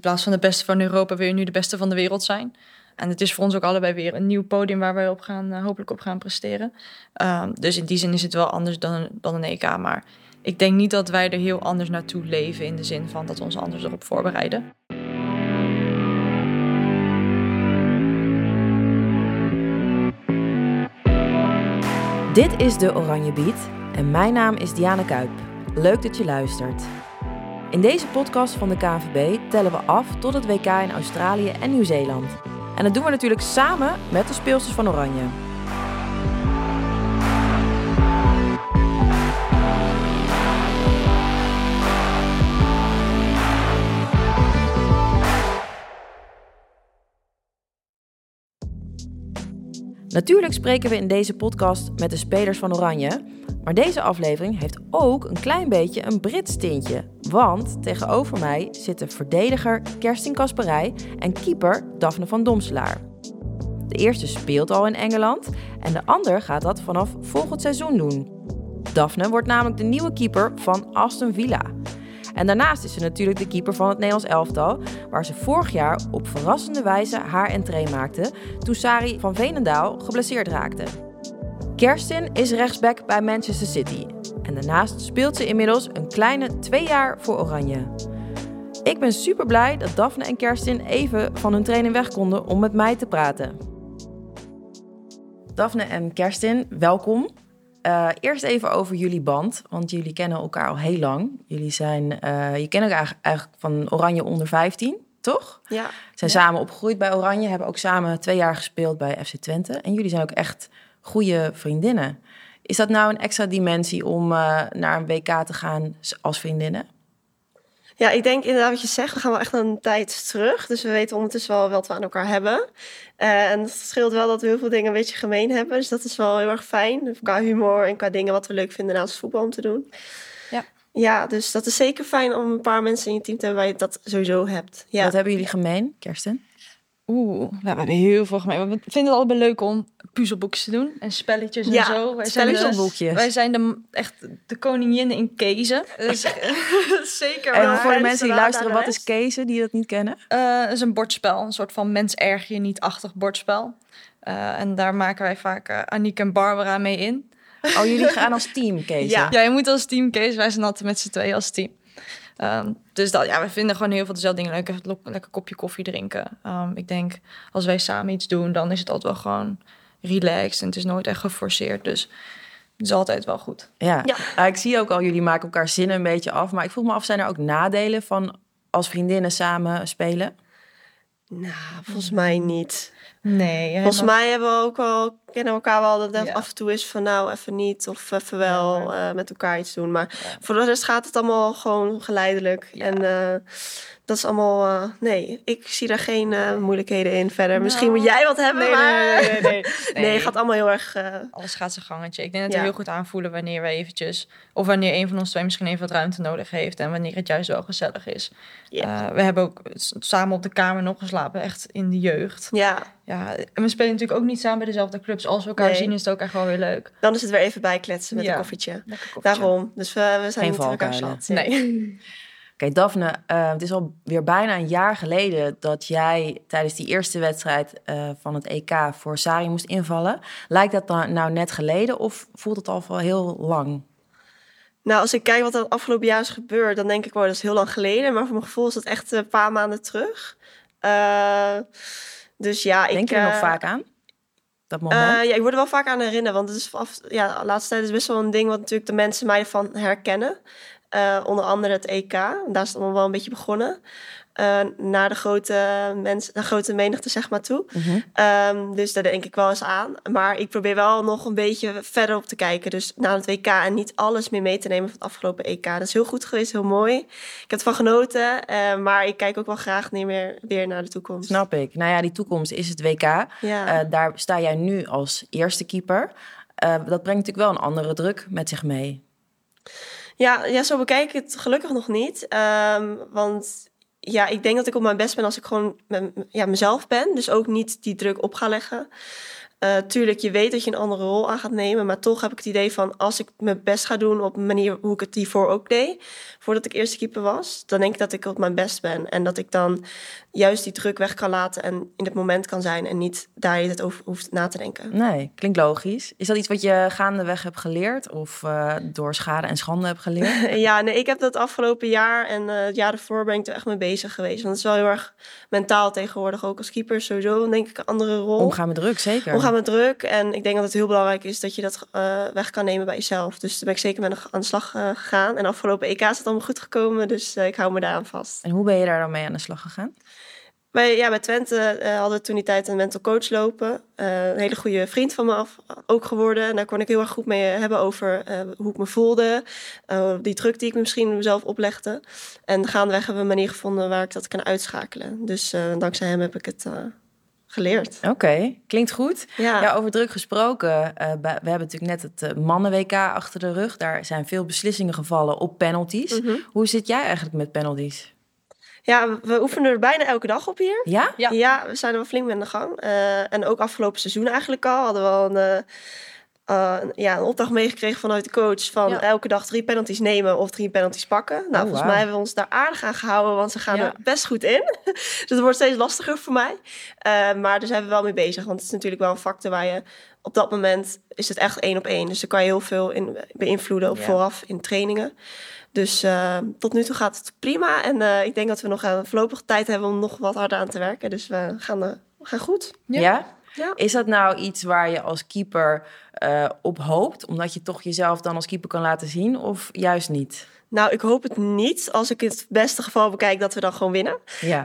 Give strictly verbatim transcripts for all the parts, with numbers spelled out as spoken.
plaats van de beste van Europa wil je nu de beste van de wereld zijn. En het is voor ons ook allebei weer een nieuw podium waar wij op gaan, uh, hopelijk op gaan presteren. Um, dus in die zin is het wel anders dan, dan een E K. Maar ik denk niet dat wij er heel anders naartoe leven in de zin van dat we ons anders erop voorbereiden. Dit is de Oranje Beat en mijn naam is Diana Kuip. Leuk dat je luistert. In deze podcast van de K N V B tellen we af tot het W K in Australië en Nieuw-Zeeland. En dat doen we natuurlijk samen met de speelsters van Oranje. Natuurlijk spreken we in deze podcast met de spelers van Oranje. Maar deze aflevering heeft ook een klein beetje een Brits tintje. Want tegenover mij zitten verdediger Kerstin Kasperij en keeper Daphne van Domselaar. De eerste speelt al in Engeland en de ander gaat dat vanaf volgend seizoen doen. Daphne wordt namelijk de nieuwe keeper van Aston Villa. En daarnaast is ze natuurlijk de keeper van het Nederlands elftal, waar ze vorig jaar op verrassende wijze haar entree maakte toen Sari van Veenendaal geblesseerd raakte. Kerstin is rechtsback bij Manchester City en daarnaast speelt ze inmiddels een kleine twee jaar voor Oranje. Ik ben super blij dat Daphne en Kerstin even van hun training weg konden om met mij te praten. Daphne en Kerstin, welkom. Uh, eerst even over jullie band, want jullie kennen elkaar al heel lang. Jullie zijn, uh, je kennen elkaar eigenlijk van Oranje onder vijftien, toch? Ja. Zijn ja. samen opgegroeid bij Oranje, hebben ook samen twee jaar gespeeld bij F C Twente. En jullie zijn ook echt goede vriendinnen. Is dat nou een extra dimensie om uh, naar een W K te gaan als vriendinnen? Ja, ik denk inderdaad wat je zegt. We gaan wel echt een tijd terug. Dus we weten ondertussen wel wat we aan elkaar hebben. Uh, en het scheelt wel dat we heel veel dingen een beetje gemeen hebben. Dus dat is wel heel erg fijn. Qua humor en qua dingen wat we leuk vinden naast voetbal om te doen. Ja. Ja, dus dat is zeker fijn om een paar mensen in je team te hebben waar je dat sowieso hebt. Ja. Wat hebben jullie gemeen, Kerstin? Oeh, we hebben heel veel gemeen. We vinden het allebei leuk om puzzelboekjes te doen en spelletjes en ja, zo. Wij spelletjesboekjes. Zijn de, wij zijn de, echt de koninginnen in kezen. Dus, zeker. En waar. voor de mensen die luisteren, wat is kezen die dat niet kennen? Uh, het is een bordspel, een soort van mens erg je niet-achtig bordspel. Uh, en daar maken wij vaak uh, Aniek en Barbara mee in. Oh, jullie gaan als team kezen? Ja, ja, je moet als team kezen. Wij zijn altijd met z'n tweeën als team. Um, dus dat, ja, we vinden gewoon heel veel dezelfde dingen leuk. Even een lekker kopje koffie drinken. Um, ik denk, als wij samen iets doen, dan is het altijd wel gewoon relaxed. En het is nooit echt geforceerd. Dus het is altijd wel goed. Ja, ja. Uh, ik zie ook al, jullie maken elkaar zinnen een beetje af. Maar ik vroeg me af, zijn er ook nadelen van als vriendinnen samen spelen? Nou, volgens mij niet. Nee. Volgens helemaal... mij hebben we ook wel, kennen we elkaar wel, dat het ja. af en toe is van nou, even niet. Of even wel ja, maar... uh, met elkaar iets doen. Maar ja. voor de rest gaat het allemaal gewoon geleidelijk. Ja. En uh, dat is allemaal, uh, nee, ik zie daar geen uh, moeilijkheden in verder. No. Misschien moet jij wat hebben, nee, maar... Nee, nee, nee. nee. nee, het gaat allemaal heel erg... Uh... Alles gaat zijn gangetje. Ik denk dat we ja. heel goed aanvoelen wanneer we eventjes... Of wanneer een van ons twee misschien even wat ruimte nodig heeft. En wanneer het juist wel gezellig is. Ja. Uh, we hebben ook samen op de kamer nog geslapen. Echt in de jeugd. Ja. Ja, en we spelen natuurlijk ook niet samen bij dezelfde clubs. Als we elkaar nee. zien, is het ook echt wel weer leuk. Dan is het weer even bijkletsen met ja. een koffietje. koffietje. Daarom. Dus we, we zijn geen niet elkaar zat. Nee. Oké, okay, Daphne, uh, het is al weer bijna een jaar geleden dat jij tijdens die eerste wedstrijd uh, van het E K voor Sari moest invallen. Lijkt dat dan nou net geleden of voelt het al wel heel lang? Nou, als ik kijk wat er het afgelopen jaar is gebeurd, dan denk ik, wow, dat is heel lang geleden. Maar voor mijn gevoel is dat echt een paar maanden terug. Uh, dus ja, denk ik... je er uh, nog vaak aan? Dat moment? Uh, ja, ik word er wel vaak aan herinneren. Want het is af, ja, de laatste tijd is best wel een ding wat natuurlijk de mensen mij ervan herkennen. Uh, onder andere het E K. Daar is het allemaal wel een beetje begonnen. Uh, naar de grote, mens, de grote menigte, zeg maar, toe. Mm-hmm. Um, dus daar denk ik wel eens aan. Maar ik probeer wel nog een beetje verder op te kijken. Dus naar het W K en niet alles meer mee te nemen van het afgelopen E K. Dat is heel goed geweest, heel mooi. Ik heb ervan genoten. Uh, maar ik kijk ook wel graag niet meer weer naar de toekomst. Snap ik. Nou ja, die toekomst is het W K. Ja. Uh, daar sta jij nu als eerste keeper. Uh, dat brengt natuurlijk wel een andere druk met zich mee. Ja, ja, zo bekijk ik het gelukkig nog niet. Um, want ja, ik denk dat ik op mijn best ben als ik gewoon met, ja, mezelf ben. Dus ook niet die druk op ga leggen. Uh, tuurlijk, je weet dat je een andere rol aan gaat nemen. Maar toch heb ik het idee van, als ik mijn best ga doen op een manier hoe ik het hiervoor ook deed, voordat ik eerste keeper was, dan denk ik dat ik op mijn best ben. En dat ik dan juist die druk weg kan laten en in het moment kan zijn en niet daar je het over hoeft na te denken. Nee, klinkt logisch. Is dat iets wat je gaandeweg hebt geleerd of uh, door schade en schande hebt geleerd? Ja, nee, ik heb dat afgelopen jaar en uh, het jaar ervoor ben ik er echt mee bezig geweest. Want het is wel heel erg mentaal tegenwoordig, ook als keeper sowieso, denk ik, een andere rol. Omgaan met druk, zeker. Omgaan met druk. En ik denk dat het heel belangrijk is dat je dat uh, weg kan nemen bij jezelf. Dus daar ben ik zeker mee aan de slag uh, gegaan. En afgelopen E K is het allemaal goed gekomen, dus uh, ik hou me daaraan vast. En hoe ben je daar dan mee aan de slag gegaan? Bij, ja, bij Twente uh, hadden we toen die tijd een mental coach lopen. Uh, een hele goede vriend van me af, ook geworden. En daar kon ik heel erg goed mee hebben over uh, hoe ik me voelde. Uh, die druk die ik misschien mezelf oplegde. En gaandeweg hebben we een manier gevonden waar ik dat kan uitschakelen. Dus uh, dankzij hem heb ik het uh, geleerd. Oké, okay, klinkt goed. Ja. Ja, over druk gesproken. Uh, we hebben natuurlijk net het uh, mannen-W K achter de rug. Daar zijn veel beslissingen gevallen op penalties. Mm-hmm. Hoe zit jij eigenlijk met penalties? Ja, we oefenen er bijna elke dag op hier. Ja? Ja, ja we zijn er wel flink mee aan de gang. Uh, en ook afgelopen seizoen eigenlijk al. Hadden we al een, uh, uh, ja, een opdracht meegekregen vanuit de coach. Van ja. elke dag drie penalties nemen of drie penalties pakken. Nou, oh, volgens wow. mij hebben we ons daar aardig aan gehouden. Want ze gaan ja. er best goed in. Dus het wordt steeds lastiger voor mij. Uh, maar daar zijn we wel mee bezig. Want het is natuurlijk wel een factor waar je... Op dat moment is het echt één op één. Dus daar kan je heel veel in beïnvloeden op ja. vooraf in trainingen. Dus uh, tot nu toe gaat het prima. En uh, ik denk dat we nog een voorlopige tijd hebben om nog wat harder aan te werken. Dus we gaan, uh, we gaan goed. Ja? Ja? Ja. Is dat nou iets waar je als keeper uh, op hoopt? Omdat je toch jezelf dan als keeper kan laten zien? Of juist niet? Nou, ik hoop het niet. Als ik het beste geval bekijk, dat we dan gewoon winnen.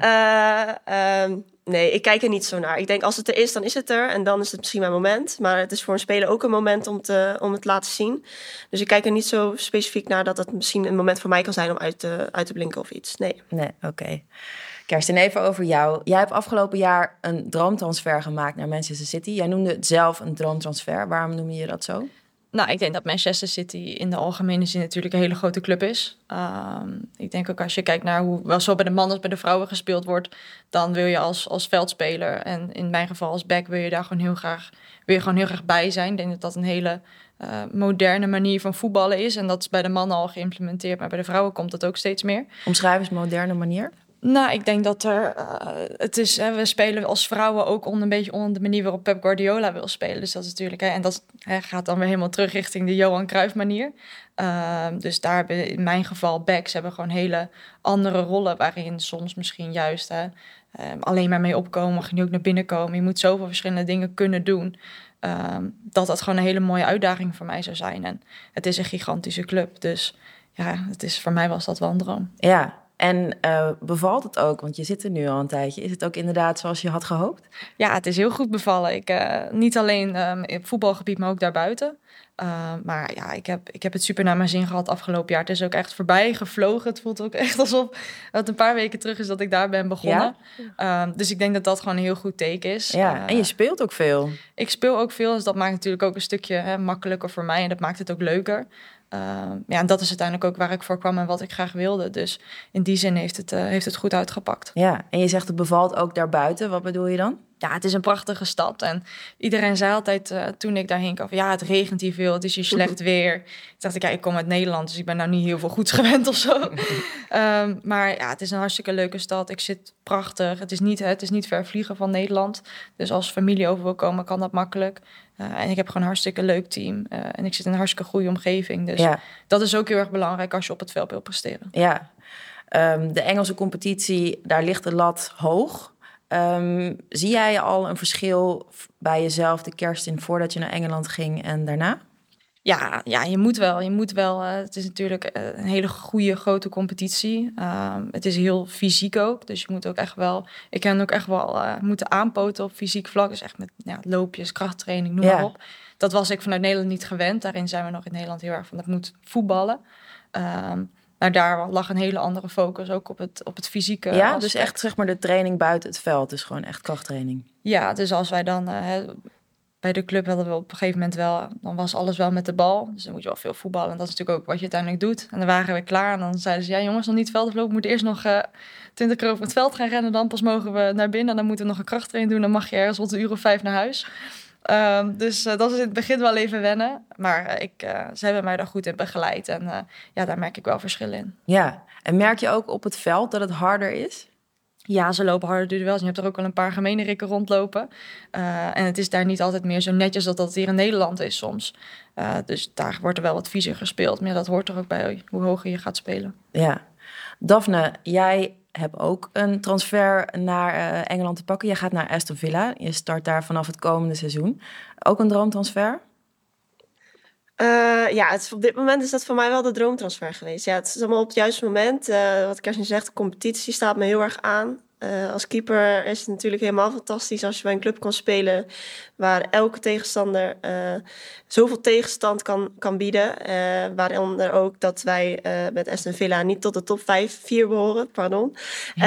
Ja. Uh, uh, nee, ik kijk er niet zo naar. Ik denk, als het er is, dan is het er. En dan is het misschien mijn moment. Maar het is voor een speler ook een moment om, te, om het te laten zien. Dus ik kijk er niet zo specifiek naar dat het misschien een moment voor mij kan zijn om uit te, uit te blinken of iets. Nee. Nee, oké. Okay. Kerstin, even over jou. Jij hebt afgelopen jaar een droomtransfer gemaakt naar Manchester City. Jij noemde het zelf een droomtransfer. Waarom noem je dat zo? Nou, ik denk dat Manchester City in de algemene zin natuurlijk een hele grote club is. Um, ik denk ook als je kijkt naar hoe wel zo bij de mannen als bij de vrouwen gespeeld wordt, dan wil je als, als veldspeler en in mijn geval als back wil je daar gewoon heel graag, wil je gewoon heel graag bij zijn. Ik denk dat dat een hele uh, moderne manier van voetballen is. En dat is bij de mannen al geïmplementeerd, maar bij de vrouwen komt dat ook steeds meer. Omschrijf eens moderne manier. Nou, ik denk dat er... Uh, het is, hè, we spelen als vrouwen ook onder een beetje onder de manier waarop Pep Guardiola wil spelen. Dus dat is natuurlijk... Hè, en dat hè, gaat dan weer helemaal terug richting de Johan Cruijff manier. Uh, dus daar hebben in mijn geval backs hebben gewoon hele andere rollen, waarin soms misschien juist hè, uh, alleen maar mee opkomen, mag je nu ook naar binnen komen. Je moet zoveel verschillende dingen kunnen doen. Uh, dat dat gewoon een hele mooie uitdaging voor mij zou zijn. En het is een gigantische club. Dus ja, het is, voor mij was dat wel een droom. Ja. En uh, bevalt het ook? Want je zit er nu al een tijdje. Is het ook inderdaad zoals je had gehoopt? Ja, het is heel goed bevallen. Ik, uh, niet alleen um, in het voetbalgebied, maar ook daarbuiten. Uh, maar ja, ik heb, ik heb het super naar mijn zin gehad afgelopen jaar. Het is ook echt voorbij gevlogen. Het voelt ook echt alsof het een paar weken terug is dat ik daar ben begonnen. Ja? Uh, dus ik denk dat dat gewoon een heel goed teken is. Ja, uh, en je speelt ook veel. Ik speel ook veel, dus dat maakt natuurlijk ook een stukje hè, makkelijker voor mij. En dat maakt het ook leuker. Uh, ja, en dat is uiteindelijk ook waar ik voor kwam en wat ik graag wilde. Dus in die zin heeft het, uh, heeft het goed uitgepakt. Ja, en je zegt het bevalt ook daarbuiten. Wat bedoel je dan? Ja, het is een prachtige stad. En iedereen zei altijd uh, toen ik daarheen kwam, ja, het regent hier veel, het is hier slecht weer. Toen dacht ik, ja, ik kom uit Nederland, dus ik ben nou niet heel veel goeds gewend of zo. um, maar ja, het is een hartstikke leuke stad. Ik zit prachtig. Het is niet, het is niet ver vliegen van Nederland. Dus als familie over wil komen, kan dat makkelijk. Uh, en ik heb gewoon een hartstikke leuk team. Uh, en ik zit in een hartstikke goede omgeving. Dus ja. dat is ook heel erg belangrijk als je op het veld wil presteren. Ja, um, de Engelse competitie, daar ligt de lat hoog. Um, zie jij al een verschil bij jezelf, de Kerstin, voordat je naar Engeland ging en daarna? Ja, ja, je moet wel. Je moet wel. Uh, het is natuurlijk uh, een hele goede, grote competitie. Uh, het is heel fysiek ook. Dus je moet ook echt wel... Ik kan ook echt wel uh, moeten aanpoten op fysiek vlak. Dus echt met ja, loopjes, krachttraining, noem ja. maar op. Dat was ik vanuit Nederland niet gewend. Daarin zijn we nog in Nederland heel erg van... dat moet voetballen. Um, maar daar lag een hele andere focus ook op het, op het fysieke Ja, aspect. Dus echt zeg maar de training buiten het veld. Dus gewoon echt krachttraining. Ja, dus als wij dan... Uh, bij de club hadden we op een gegeven moment wel... dan was alles wel met de bal. Dus dan moet je wel veel voetballen. En dat is natuurlijk ook wat je uiteindelijk doet. En dan waren we klaar. En dan zeiden ze... ja jongens, nog niet het veld oplopen. We moeten eerst nog uh, twintig keer over het veld gaan rennen. Dan pas mogen we naar binnen. En dan moeten we nog een krachttraining doen. Dan mag je ergens rond een uur of vijf naar huis. Um, dus uh, dat is in het begin wel even wennen. Maar uh, ik, uh, ze hebben mij daar goed in begeleid. En uh, ja, daar merk ik wel verschil in. Ja, en merk je ook op het veld dat het harder is? Ja, ze lopen harder duels. Je hebt er ook wel een paar gemene rikken rondlopen. Uh, en het is daar niet altijd meer zo netjes dat dat hier in Nederland is soms. Uh, dus daar wordt er wel wat viezer gespeeld. Maar ja, dat hoort er ook bij hoe hoger je gaat spelen. Ja. Daphne, jij hebt ook een transfer naar uh, Engeland te pakken. Je gaat naar Aston Villa. Je start daar vanaf het komende seizoen. Ook een droomtransfer? Uh, ja, het is, op dit moment is dat voor mij wel de droomtransfer geweest. Ja, het is allemaal op het juiste moment. Uh, wat Kerstin zegt, de competitie staat me heel erg aan. Uh, als keeper is het natuurlijk helemaal fantastisch als je bij een club kan spelen waar elke tegenstander uh, zoveel tegenstand kan, kan bieden. Uh, waaronder ook dat wij uh, met Aston Villa niet tot de top vijf, vier behoren, pardon. Uh,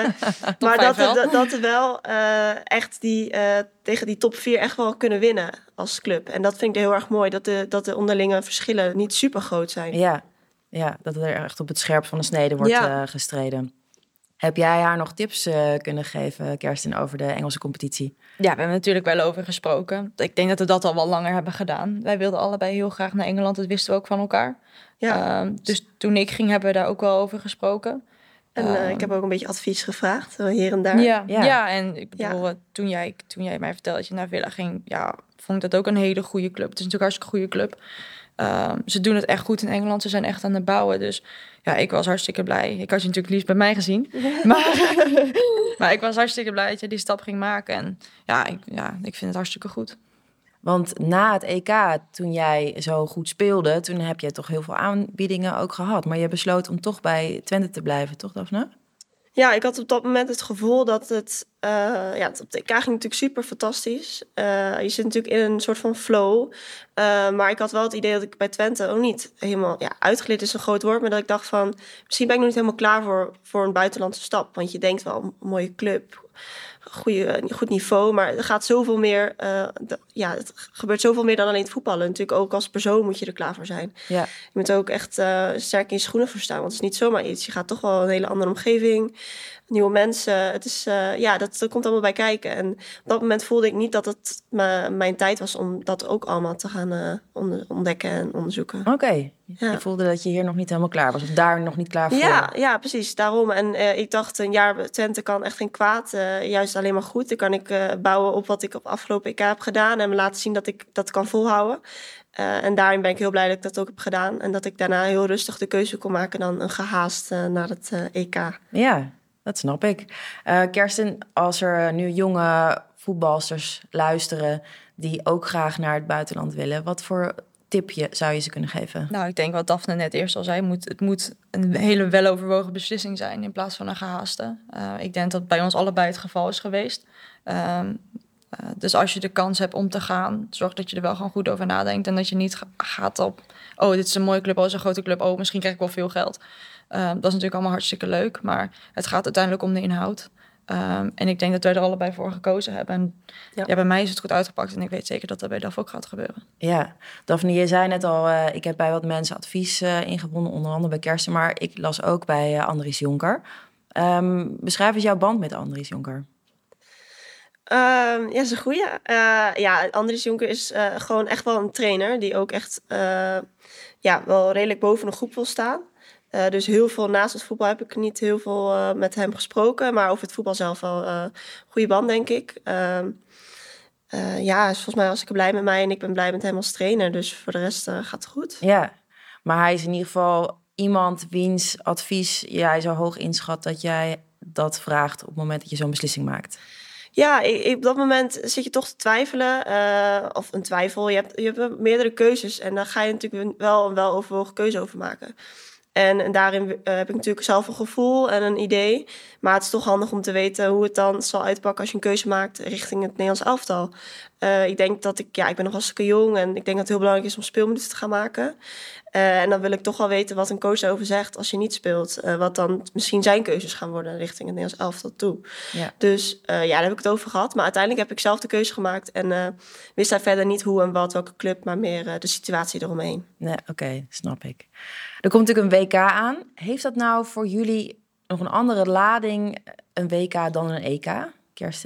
maar dat, dat, dat we wel uh, echt die, uh, tegen die top vier echt wel kunnen winnen als club. En dat vind ik heel erg mooi, dat de, dat de onderlinge verschillen niet super groot zijn. Ja, ja, dat er echt op het scherp van de snede wordt ja. uh, gestreden. Heb jij haar nog tips uh, kunnen geven, Kerstin, over de Engelse competitie? Ja, we hebben natuurlijk wel over gesproken. Ik denk dat we dat al wel langer hebben gedaan. Wij wilden allebei heel graag naar Engeland. Dat wisten we ook van elkaar. Ja. Uh, dus toen ik ging, hebben we daar ook wel over gesproken. En uh, uh, ik heb ook een beetje advies gevraagd, hier en daar. Ja, ja. ja en ik bedoel, ja. toen, jij, toen jij mij vertelde dat je naar Villa ging... ja, vond ik dat ook een hele goede club. Het is natuurlijk een hartstikke goede club. Uh, ze doen het echt goed in Engeland. Ze zijn echt aan het bouwen. Dus ja, ik was hartstikke blij. Ik had je natuurlijk liefst bij mij gezien. maar, maar ik was hartstikke blij dat je die stap ging maken. En ja ik, ja, ik vind het hartstikke goed. Want na het E K, toen jij zo goed speelde... toen heb je toch heel veel aanbiedingen ook gehad. Maar je besloot om toch bij Twente te blijven, toch, Daphne? Ja, ik had op dat moment het gevoel dat het... Uh, ja, op de E K ging natuurlijk super fantastisch. Uh, je zit natuurlijk in een soort van flow. Uh, maar ik had wel het idee dat ik bij Twente ook niet helemaal... Ja, uitgeleerd is een groot woord, maar dat ik dacht van... misschien ben ik nog niet helemaal klaar voor, voor een buitenlandse stap. Want je denkt wel, een mooie club... Goeie, goed niveau, maar er gaat zoveel meer... Uh, de, ja, het gebeurt zoveel meer dan alleen het voetballen. Natuurlijk ook als persoon moet je er klaar voor zijn. Ja. Je moet ook echt uh, sterk in je schoenen voor staan. Want het is niet zomaar iets. Je gaat toch wel een hele andere omgeving. Nieuwe mensen. Het is, uh, ja, dat, dat komt allemaal bij kijken. En op dat moment voelde ik niet dat het me, mijn tijd was... om dat ook allemaal te gaan uh, onder, ontdekken en onderzoeken. Oké. Okay. Ja. Je voelde dat je hier nog niet helemaal klaar was. Of daar nog niet klaar voor. Ja, ja precies. Daarom. En uh, ik dacht, een jaar Twente kan echt geen kwaad. Uh, juist alleen maar goed. Dan kan ik uh, bouwen op wat ik op afgelopen E K heb gedaan. En me laten zien dat ik dat kan volhouden. Uh, en daarin ben ik heel blij dat ik dat ook heb gedaan. En dat ik daarna heel rustig de keuze kon maken... dan een gehaast uh, naar het uh, E K. Ja, dat snap ik. Uh, Kerstin, als er nu jonge voetbalsters luisteren... die ook graag naar het buitenland willen... wat voor tipje zou je ze kunnen geven? Nou, ik denk wat Daphne net eerst al zei... Moet, het moet een hele weloverwogen beslissing zijn... in plaats van een gehaaste. Uh, ik denk dat bij ons allebei het geval is geweest. Um, uh, dus als je de kans hebt om te gaan... zorg dat je er wel gewoon goed over nadenkt... en dat je niet gaat op... oh, dit is een mooie club, oh, dit is een grote club... oh, misschien krijg ik wel veel geld. Uh, dat is natuurlijk allemaal hartstikke leuk... maar het gaat uiteindelijk om de inhoud... Um, en ik denk dat wij er allebei voor gekozen hebben. En ja. Ja, bij mij is het goed uitgepakt. En ik weet zeker dat dat bij Daf ook gaat gebeuren. Ja, Daphne, je zei net al... Uh, ik heb bij wat mensen advies uh, ingewonnen. Onder andere bij Kerstin. Maar ik las ook bij uh, Andries Jonker. Um, beschrijf eens jouw band met Andries Jonker. Um, ja, dat is een goeie. Uh, ja, Andries Jonker is uh, gewoon echt wel een trainer... die ook echt uh, ja, wel redelijk boven een groep wil staan... Uh, dus heel veel naast het voetbal heb ik niet heel veel uh, met hem gesproken. Maar over het voetbal zelf wel een uh, goede band, denk ik. Uh, uh, ja, volgens mij was ik blij met mij en ik ben blij met hem als trainer. Dus voor de rest uh, gaat het goed. Ja, maar hij is in ieder geval iemand wiens advies jij zo hoog inschat... dat jij dat vraagt op het moment dat je zo'n beslissing maakt. Ja, ik, ik, op dat moment zit je toch te twijfelen. Uh, of een twijfel. Je hebt, je hebt meerdere keuzes. En daar ga je natuurlijk wel een weloverwogen keuze over maken. En, en daarin uh, heb ik natuurlijk zelf een gevoel en een idee. Maar het is toch handig om te weten hoe het dan zal uitpakken... als je een keuze maakt richting het Nederlands elftal. Uh, ik denk dat ik... Ja, ik ben nog hartstikke jong... en ik denk dat het heel belangrijk is om speelminuten te gaan maken. Uh, en dan wil ik toch wel weten wat een coach daarover zegt als je niet speelt. Uh, wat dan misschien zijn keuzes gaan worden richting het Nederlands elftal toe. Ja. Dus uh, ja, daar heb ik het over gehad. Maar uiteindelijk heb ik zelf de keuze gemaakt... en uh, wist daar verder niet hoe en wat, welke club... maar meer uh, de situatie eromheen. Nee, oké, okay, snap ik. Er komt natuurlijk een W K aan. Heeft dat nou voor jullie nog een andere lading... een W K dan een E K, Kerstin?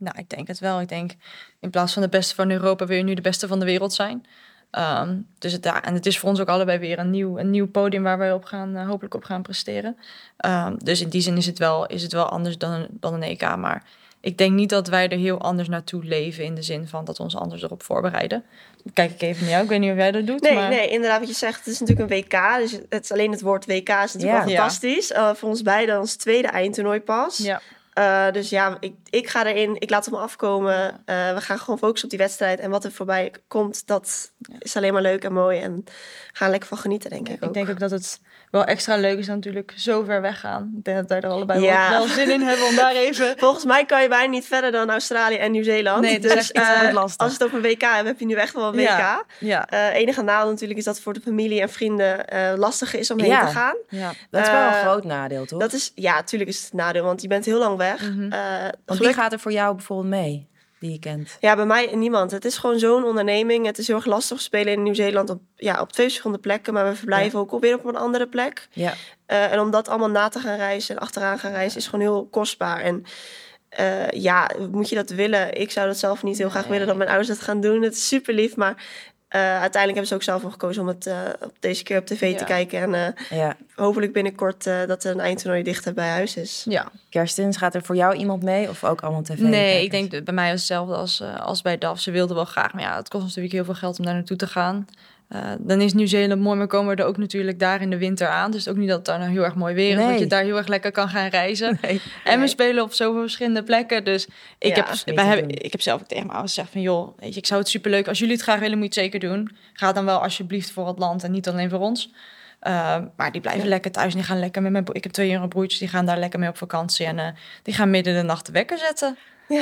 Nou, ik denk het wel. Ik denk, in plaats van de beste van Europa wil je nu de beste van de wereld zijn. Um, dus het, ja, en het is voor ons ook allebei weer een nieuw, een nieuw podium waar wij op gaan, uh, hopelijk op gaan presteren. Um, dus in die zin is het wel, is het wel anders dan, dan een E K. Maar ik denk niet dat wij er heel anders naartoe leven in de zin van dat we ons anders erop voorbereiden. Kijk ik even naar jou. Ik weet niet of jij dat doet. Nee, maar... nee, inderdaad wat je zegt. Het is natuurlijk een W K. Dus het is alleen het woord W K is natuurlijk Ja. wel fantastisch. Uh, voor ons beiden ons tweede eindtoernooi pas. Ja. Uh, dus ja, ik, ik ga erin. Ik laat het me afkomen. Uh, we gaan gewoon focussen op die wedstrijd. En wat er voorbij komt, dat is alleen maar leuk en mooi. En we gaan lekker van genieten, denk ik ook. Ik denk ook dat het wel extra leuk is natuurlijk zo ver weggaan. Ik denk dat wij er allebei Ja. wel, wel zin in hebben om daar even... Volgens mij kan je bijna niet verder dan Australië en Nieuw-Zeeland. Nee, het is dus echt iets uh, lastig. als we het over een W K hebben, heb je nu echt wel een W K. Ja. Ja. Uh, enige nadeel natuurlijk is dat voor de familie en vrienden uh, lastiger is om heen Ja. te gaan. Ja. Dat is wel een Uh, groot nadeel, toch? Dat is, ja, natuurlijk is het een nadeel, want je bent heel lang weg. Mhm. Uh, Want wie geluk- gaat er voor jou bijvoorbeeld mee, die je kent? Ja, bij mij niemand. Het is gewoon zo'n onderneming. Het is heel erg lastig spelen in Nieuw-Zeeland op, ja, op twee verschillende plekken. Maar we verblijven ook alweer op een andere plek. Ja. Uh, en om dat allemaal na te gaan reizen en achteraan gaan reizen is gewoon heel kostbaar. En uh, ja, moet je dat willen? Ik zou dat zelf niet heel graag Nee. willen dat mijn ouders dat gaan doen. Het is super lief, maar uh, uiteindelijk hebben ze ook zelf voor gekozen om het uh, op deze keer op tv Ja. te kijken. En uh, ja. hopelijk binnenkort uh, dat er een eindtoernooi dichter bij huis is. Ja. Kerstin, gaat er voor jou iemand mee of ook allemaal tv? Nee, ik denk dat bij mij is hetzelfde als, uh, als bij D A F. Ze wilden wel graag, maar ja, het kost natuurlijk heel veel geld om daar naartoe te gaan. Uh, dan is Nieuw-Zeeland mooi, maar komen we er ook natuurlijk daar in de winter aan. Dus ook niet dat het daar nou heel erg mooi weer is, Nee. dat je daar heel erg lekker kan gaan reizen. Nee. En we Nee. spelen op zoveel verschillende plekken. Dus ik, Ja, heb, niet wij te hebben, doen. ik heb zelf ook tegen mijn ouders gezegd van... joh, weet je, ik zou het superleuk... als jullie het graag willen, moet je het zeker doen. Ga dan wel alsjeblieft voor het land en niet alleen voor ons. Uh, maar die blijven Ja. lekker thuis en die gaan lekker met mijn... bro- Ik heb twee jongere broertjes, die gaan daar lekker mee op vakantie. En uh, die gaan midden in de nacht de wekker zetten.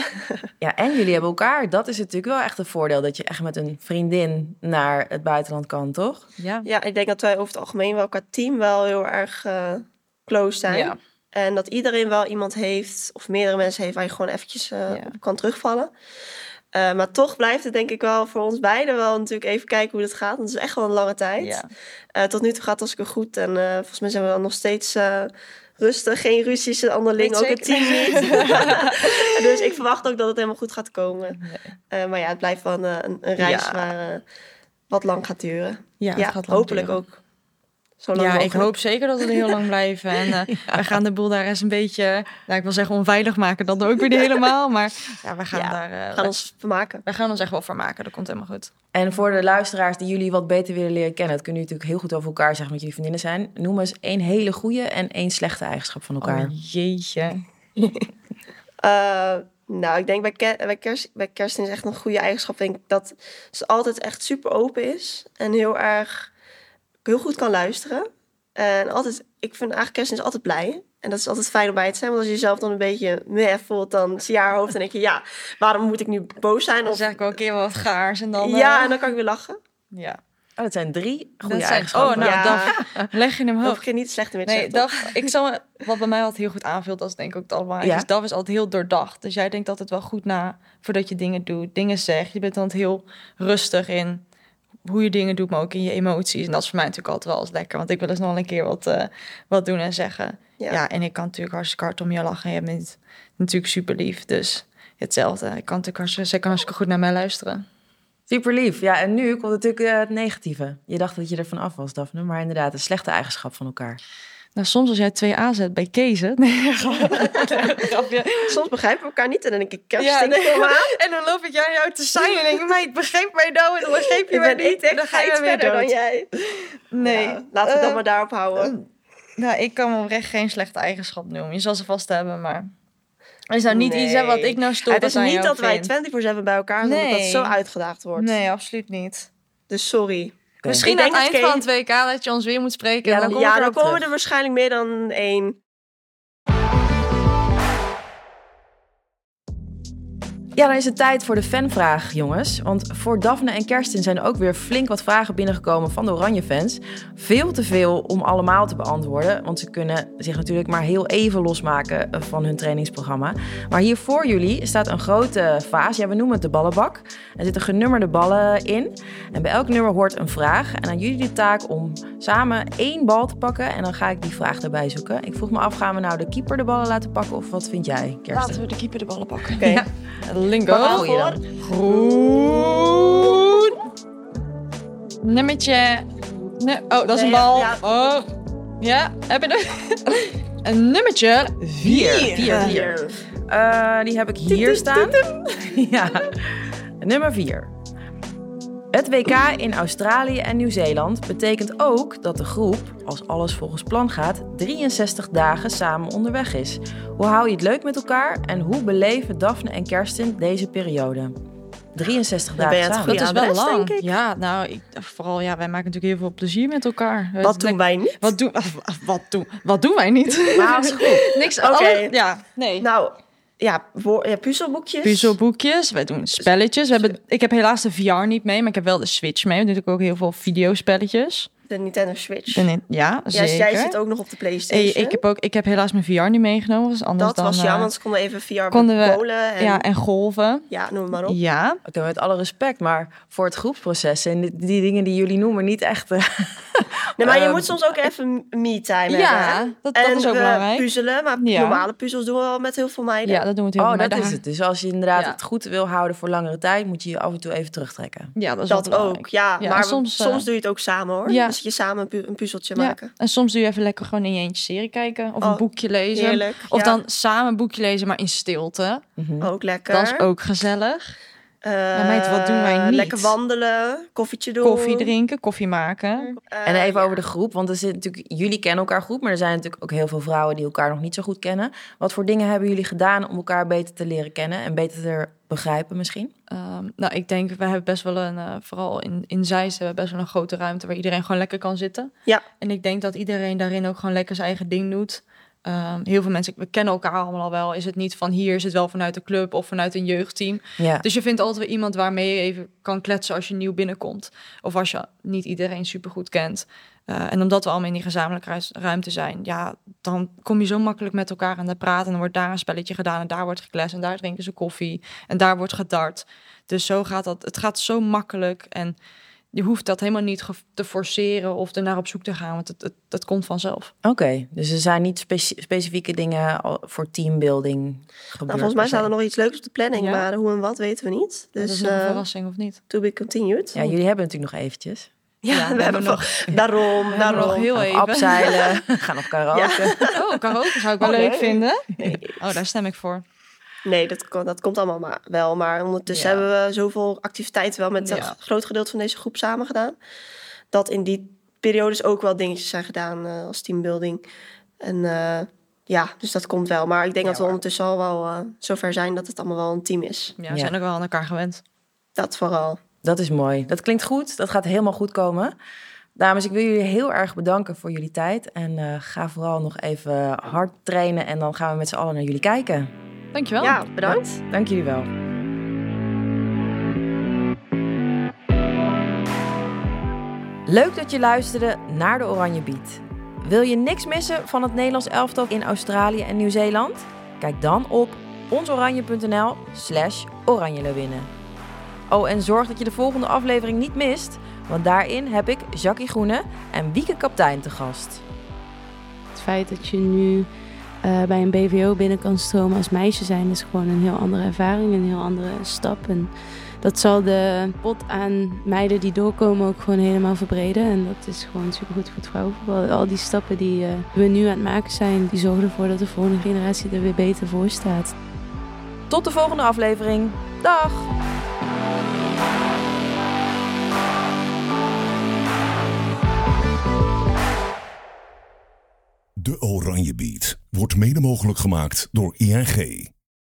Ja, en jullie hebben elkaar. Dat is natuurlijk wel echt een voordeel, dat je echt met een vriendin naar het buitenland kan, toch? Ja. Ja, ik denk dat wij over het algemeen wel qua team wel heel erg uh, close zijn. Ja. En dat iedereen wel iemand heeft, of meerdere mensen heeft, waar je gewoon eventjes uh, Ja. op kan terugvallen. Uh, maar toch blijft het denk ik wel voor ons beiden wel natuurlijk even kijken hoe het gaat. Want het is echt wel een lange tijd. Ja. Uh, tot nu toe gaat het hartstikke goed. En uh, volgens mij zijn we dan nog steeds uh, rustig. Geen ruzies, een onderling, Weet ook het zeker. team niet. Dus ik verwacht ook dat het helemaal goed gaat komen. Nee. Uh, maar ja, het blijft wel een, een, een reis Ja. waar uh, wat lang gaat duren. Ja, het Ja, gaat lang hopelijk duren. ook. Zo lang Ja, ik mogelijk. hoop zeker dat we er heel lang blijven. En uh, Ja. wij gaan de boel daar eens een beetje... Nou, ik wil zeggen onveilig maken. Dat ook weer niet helemaal. Maar ja, we gaan Ja, daar... Uh, We gaan wij, ons vermaken. wij gaan ons echt wel vermaken. Dat komt helemaal goed. En voor de luisteraars die jullie wat beter willen leren kennen, dat kunnen jullie natuurlijk heel goed over elkaar zeggen met jullie vriendinnen zijn. Noem eens één hele goede en één slechte eigenschap van elkaar. Oh, jeetje. Uh, nou, ik denk bij, Ke- bij, Kerst, bij Kerstin is echt een goede eigenschap. Denk ik dat ze altijd echt super open is. En heel erg heel goed kan luisteren. En altijd, ik vind eigenlijk Kerstin is altijd blij. En dat is altijd fijn om bij te zijn. Want als je jezelf dan een beetje meh voelt, dan zie je haar hoofd en denk je, ja, waarom moet ik nu boos zijn? Dan Of, zeg ik wel een keer wat gaars en dan... ja, uh, en dan kan ik weer lachen. ja. Oh, dat zijn drie goede Dat zijn- eigenschappen. Oh, nou, ja, dan leg je hem dan hoog. hoef ik niet slechter meer te Nee, zeggen. dat, ik zal, wat bij mij altijd heel goed aanvult, dat is denk ik ook het allerbelangrijkste. Ja. Dat is altijd heel doordacht. Dus jij denkt altijd wel goed na voordat je dingen doet, dingen zegt. Je bent dan heel rustig in hoe je dingen doet, maar ook in je emoties. En dat is voor mij natuurlijk altijd wel eens lekker. Want ik wil eens nog wel een keer wat, uh, wat doen en zeggen. Ja. Ja. en ik kan natuurlijk hartstikke hard om je lachen. Je bent natuurlijk super lief. Dus hetzelfde. Ik kan natuurlijk hartstikke, zij kan hartstikke goed naar mij luisteren. Super lief. Ja, en nu komt natuurlijk uh, het negatieve. Je dacht dat je er van af was, Daphne, maar inderdaad, een slechte eigenschap van elkaar. Nou, soms als jij twee A zet bij Kezen. Nee, grapje. Soms begrijpen we elkaar niet. En dan denk ik, Kerstin, Ja, nee. kom aan. En dan loop ik jou jou te zijn en denk ik, meid, begrijp mij nou en dan begreep je Ik mij ben niet. niet echt Dan ga je iets weer verder dan dood. jij. Nee. Ja, laten we Eh, dat maar daarop houden. Nou, ik kan me oprecht geen slechte eigenschap noemen. Je zal ze vast hebben, maar... Er is nou niet Nee. iets hè, wat ik nou stoort Het is aan niet jou dat wij vind. vierentwintig zeven bij elkaar zijn, omdat Nee. dat zo uitgedaagd wordt. Nee, absoluut niet. Dus sorry. Misschien Ik aan denk het eind dat van Kate- het W K dat je ons weer moet spreken. Ja, en dan dan kom ik Ja, dan erop komen terug. er waarschijnlijk meer dan één. Ja, dan is het tijd voor de fanvraag, jongens. Want voor Daphne en Kerstin zijn er ook weer flink wat vragen binnengekomen van de Oranje-fans. Veel te veel om allemaal te beantwoorden, want ze kunnen zich natuurlijk maar heel even losmaken van hun trainingsprogramma. Maar hier voor jullie staat een grote vaas, ja, we noemen het de ballenbak. Er zitten genummerde ballen in en bij elk nummer hoort een vraag. En aan jullie de taak om samen één bal te pakken en dan ga ik die vraag erbij zoeken. Ik vroeg me af, gaan we nou de keeper de ballen laten pakken of wat vind jij, Kerstin? Laten we de keeper de ballen pakken. Oké. Ja. Lingo. Wat hou je dan? Groen. Nummertje. Nee. Oh, dat is een Nee, bal. ja. Oh. Ja, heb je er? Een nummertje vier. Vier, vier. Uh, die heb ik hier staan. Ja, nummer vier. Het W K in Australië en Nieuw-Zeeland betekent ook dat de groep, als alles volgens plan gaat, drieënzestig dagen samen onderweg is. Hoe hou je het leuk met elkaar en hoe beleven Daphne en Kerstin deze periode? drieënzestig Dan ben je dagen aan het samen. goede Dat is wel adres, lang. denk ik. Ja, nou, ik, vooral, ja, wij maken natuurlijk heel veel plezier met elkaar. Wat doen wij niet? Wat doen, wat doen, wat doen wij niet? Maar als groep. Niks. Oké. alle- Ja, nee. Nou, ja, wo- ja puzzelboekjes. Puzzelboekjes, wij doen spelletjes. We hebben, ik heb helaas de V R niet mee, maar ik heb wel de Switch mee. We doen natuurlijk ook heel veel videospelletjes. De Nintendo Switch. En in- ja, Ja, zeker. jij zit ook nog op de Hey, PlayStation. ik, heb ook, ik heb helaas mijn V R niet meegenomen. Dus anders dat dan, was eh, jammer, want ze konden even V R konden we- bowlen en Ja, ja. en golven. noem maar op. Ja. Oké, met alle respect, maar voor het groepsproces en die, die dingen die jullie noemen niet echt... Uh, Nee, maar je Ehm, moet soms ook even me-time Ja, hebben. dat- dat en is ook we belangrijk. puzzelen, maar Ja. normale puzzels doen we wel met heel veel meiden. Ja, dat doen we het heel oh, veel dat bij is de- het. Dus als je inderdaad Ja. het goed wil houden voor langere tijd, moet je je af en toe even terugtrekken. Ja, dat is wel Dat belangrijk. ook, ja. Ja, maar en soms, soms, eh, soms doe je het ook samen, hoor. ja. Dus je samen een, pu- een puzzeltje Ja, maken. en soms doe je even lekker gewoon in je eentje serie kijken. Of Oh, een boekje lezen. Heerlijk. Of ja. dan samen een boekje lezen, maar in stilte. Mhm. Ook lekker. Dat is ook gezellig. Eh, Ja, meid, wat doen wij niet? Lekker wandelen, koffietje doen. Koffie drinken, koffie maken. Eh, En even ja. over de groep, want er zit natuurlijk, jullie kennen elkaar goed, maar er zijn natuurlijk ook heel veel vrouwen die elkaar nog niet zo goed kennen. Wat voor dingen hebben jullie gedaan om elkaar beter te leren kennen en beter te begrijpen misschien? Um, nou, ik denk, we hebben best wel een, uh, vooral in, in Zeist hebben we best wel een grote ruimte waar iedereen gewoon lekker kan zitten. Ja. En ik denk dat iedereen daarin ook gewoon lekker zijn eigen ding doet. Um, heel veel mensen, we kennen elkaar allemaal al wel. Is het niet van hier, is het wel vanuit de club of vanuit een jeugdteam. Ja. Dus je vindt altijd wel iemand waarmee je even kan kletsen als je nieuw binnenkomt. Of als je niet iedereen supergoed kent. Uh, en omdat we allemaal in die gezamenlijke ruis- ruimte zijn, ja, dan kom je zo makkelijk met elkaar aan de praten. En dan wordt daar een spelletje gedaan en daar wordt gekletst en daar drinken ze koffie en daar wordt gedart. Dus zo gaat dat. Het gaat zo makkelijk en je hoeft dat helemaal niet ge- te forceren of er naar op zoek te gaan, want het, het, het komt vanzelf. Oké, okay, dus er zijn niet speci- specifieke dingen al- voor teambuilding gebeurd? Nou, volgens mij staat er nog iets leuks op de planning, Ja. maar hoe en wat weten we niet. Dus, dat Dus is nog een eh, verrassing of niet? to be continued. Ja, jullie hebben natuurlijk nog eventjes. Ja, Ja, we, we hebben hebben nog. Daarom, We hebben daarom. nog heel Gaan even. opzeilen, gaan op karaoke. Oh, karaoke zou ik wel Oh, leuk nee. vinden. Oh, daar stem ik voor. Nee, dat, kon- dat komt allemaal maar wel. Maar ondertussen Ja. hebben we zoveel activiteiten wel met Ja. een groot gedeelte van deze groep samen gedaan. Dat in die periodes ook wel dingetjes zijn gedaan uh, als teambuilding. En uh, ja, dus dat komt wel. Maar ik denk Ja, dat we maar- ondertussen al wel uh, zover zijn dat het allemaal wel een team is. Ja, we Ja. zijn ook wel aan elkaar gewend. Dat vooral. Dat is mooi. Dat klinkt goed. Dat gaat helemaal goed komen. Dames, ik wil jullie heel erg bedanken voor jullie tijd. En uh, ga vooral nog even hard trainen. En dan gaan we met z'n allen naar jullie kijken. Dankjewel. Ja, bedankt. Dank jullie wel. Leuk dat je luisterde naar de Oranje Beat. Wil je niks missen van het Nederlands elftal in Australië en Nieuw-Zeeland? Kijk dan op onsoranje.nl slash oranjelewinnen. Oh, en zorg dat je de volgende aflevering niet mist, want daarin heb ik Jackie Groene en Wieke Kaptein te gast. Het feit dat je nu uh, bij een B V O binnen kan stromen als meisje zijn, is gewoon een heel andere ervaring, een heel andere stap. En dat zal de pot aan meiden die doorkomen ook gewoon helemaal verbreden. En dat is gewoon supergoed voor het vrouwenvoetbal. Al die stappen die uh, we nu aan het maken zijn, die zorgen ervoor dat de volgende generatie er weer beter voor staat. Tot de volgende aflevering. Dag! De Oranje Beat wordt mede mogelijk gemaakt door I N G.